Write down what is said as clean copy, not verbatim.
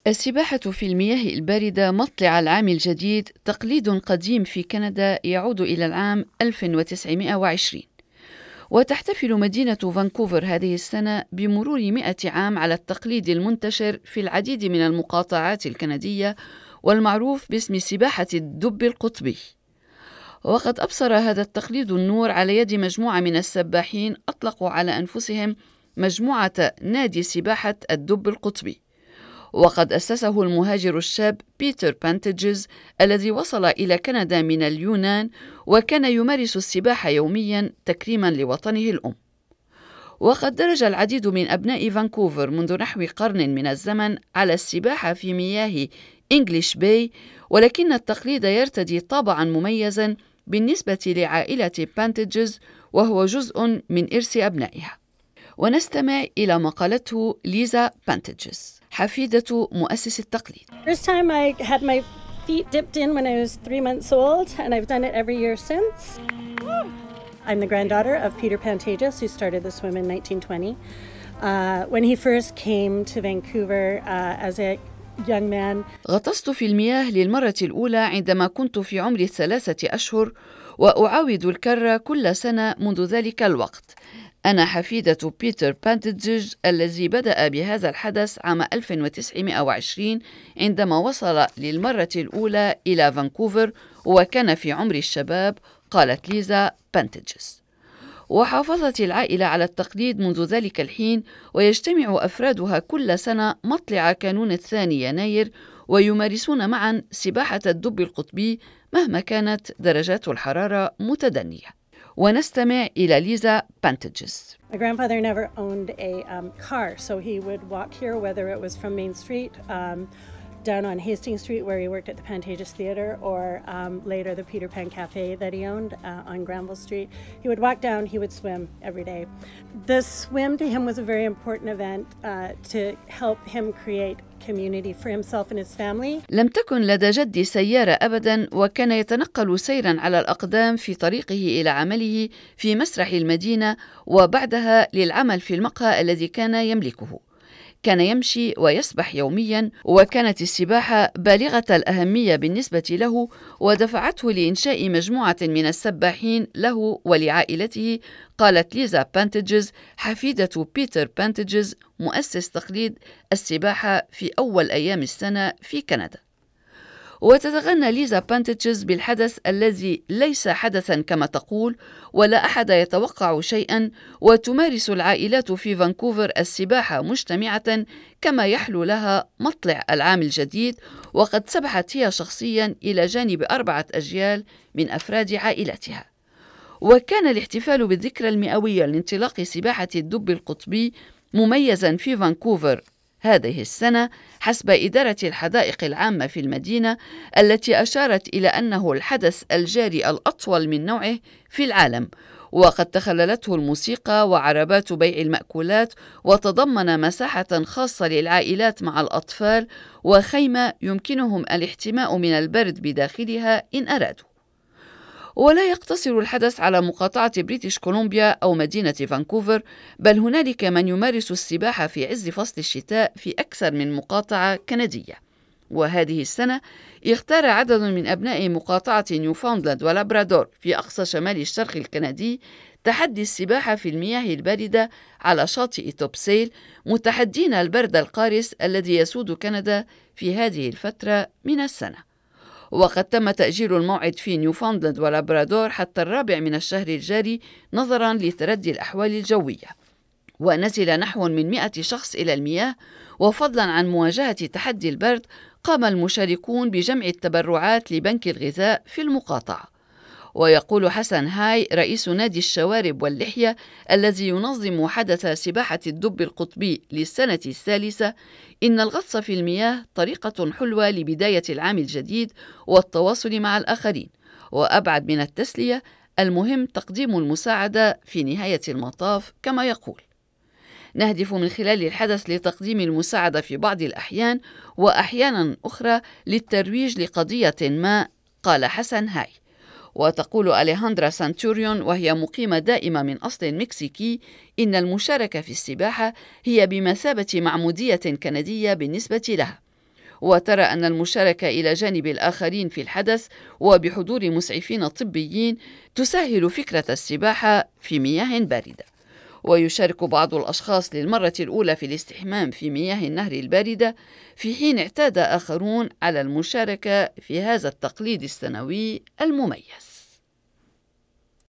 السباحة في المياه الباردة مطلع العام الجديد تقليد قديم في كندا يعود إلى العام 1920، وتحتفل مدينة فانكوفر هذه السنة بمرور 100 عام على التقليد المنتشر في العديد من المقاطعات الكندية والمعروف باسم سباحة الدب القطبي. وقد أبصر هذا التقليد النور على يد مجموعة من السباحين أطلقوا على أنفسهم مجموعة نادي سباحة الدب القطبي، وقد أسسه المهاجر الشاب بيتر بانتجز الذي وصل إلى كندا من اليونان، وكان يمارس السباحة يوميا تكريما لوطنه الأم. وقد درج العديد من أبناء فانكوفر منذ نحو قرن من الزمن على السباحة في مياه إنجليش باي، ولكن التقليد يرتدي طابعا مميزا بالنسبة لعائلة بانتجز، وهو جزء من إرث أبنائها. ونستمع إلى ما قالته ليزا بانتجز حفيدة مؤسس التقليد. First time I had my feet dipped in when I was 3 months old, and I've done it every year since. I'm the granddaughter of Peter Pantages, who started the swim in 1920. When he first came to Vancouver as a young man. غطست في المياه للمرة الأولى عندما كنت في عمر 3 أشهر، وأعاود الكرة كل سنة منذ ذلك الوقت. أنا حفيدة بيتر بانتجز الذي بدأ بهذا الحدث عام 1920 عندما وصل للمرة الأولى إلى فانكوفر وكان في عمر الشباب، قالت ليزا بانتجز. وحافظت العائلة على التقليد منذ ذلك الحين، ويجتمع أفرادها كل سنة مطلع كانون 2 يناير ويمارسون معا سباحة الدب القطبي مهما كانت درجات الحرارة متدنية. ونستمع إلى ليزا بانتجز. My grandfather never owned a car, so he would walk here, whether it was from Main Street, down on Hastings Street where he worked at the Pantages Theatre, or later the Peter Pan Cafe that he owned on Granville Street. He would walk down, he would swim every day. The swim to him was a very important event to help him create community for himself and his family. لم تكن لدى جدي سيارة أبدا، وكان يتنقل سيرا على الأقدام في طريقه إلى عمله في مسرح المدينة وبعدها للعمل في المقهى الذي كان يملكه. كان يمشي ويسبح يوميا، وكانت السباحة بالغة الأهمية بالنسبة له ودفعته لإنشاء مجموعة من السباحين له ولعائلته، قالت ليزا بانتجز حفيدة بيتر بانتجز مؤسس تقليد السباحة في أول أيام السنة في كندا. وتتغنى ليزا بانتجز بالحدث الذي ليس حدثا كما تقول، ولا أحد يتوقع شيئا، وتمارس العائلات في فانكوفر السباحة مجتمعة كما يحلو لها مطلع العام الجديد. وقد سبحت هي شخصيا إلى جانب 4 أجيال من أفراد عائلتها. وكان الاحتفال بالذكرى المئوية لانطلاق سباحة الدب القطبي مميزا في فانكوفر هذه السنة حسب إدارة الحدائق العامة في المدينة، التي أشارت إلى أنه الحدث الجاري الأطول من نوعه في العالم، وقد تخللته الموسيقى وعربات بيع المأكولات، وتضمن مساحة خاصة للعائلات مع الأطفال وخيمة يمكنهم الاحتماء من البرد بداخلها إن أرادوا. ولا يقتصر الحدث على مقاطعة بريتش كولومبيا أو مدينة فانكوفر، بل هنالك من يمارس السباحة في عز فصل الشتاء في أكثر من مقاطعة كندية. وهذه السنة اختار عدد من أبناء مقاطعة نيوفاوندلاند ولابرادور في أقصى شمال الشرق الكندي تحدي السباحة في المياه الباردة على شاطئ توبسيل، متحدين البرد القارس الذي يسود كندا في هذه الفترة من السنة. وقد تم تأجيل الموعد في نيوفاوندلاند ولابرادور حتى 4 من الشهر الجاري نظرا لتردي الأحوال الجوية. ونزل نحو من 100 شخص إلى المياه، وفضلا عن مواجهة تحدي البرد قام المشاركون بجمع التبرعات لبنك الغذاء في المقاطعة. ويقول حسن هاي رئيس نادي الشوارب واللحية الذي ينظم حدث سباحة الدب القطبي للسنة الثالثة إن الغطس في المياه طريقة حلوة لبداية العام الجديد والتواصل مع الآخرين، وأبعد من التسلية المهم تقديم المساعدة في نهاية المطاف كما يقول. نهدف من خلال الحدث لتقديم المساعدة في بعض الأحيان، وأحيانا أخرى للترويج لقضية ما، قال حسن هاي. وتقول أليهاندرا سانتوريون وهي مقيمة دائمة من أصل مكسيكي إن المشاركة في السباحة هي بمثابة معمودية كندية بالنسبة لها، وترى أن المشاركة إلى جانب الآخرين في الحدث وبحضور مسعفين طبيين تسهل فكرة السباحة في مياه باردة. ويشارك بعض الأشخاص للمرة الأولى في الاستحمام في مياه النهر الباردة، في حين اعتاد آخرون على المشاركة في هذا التقليد السنوي المميز.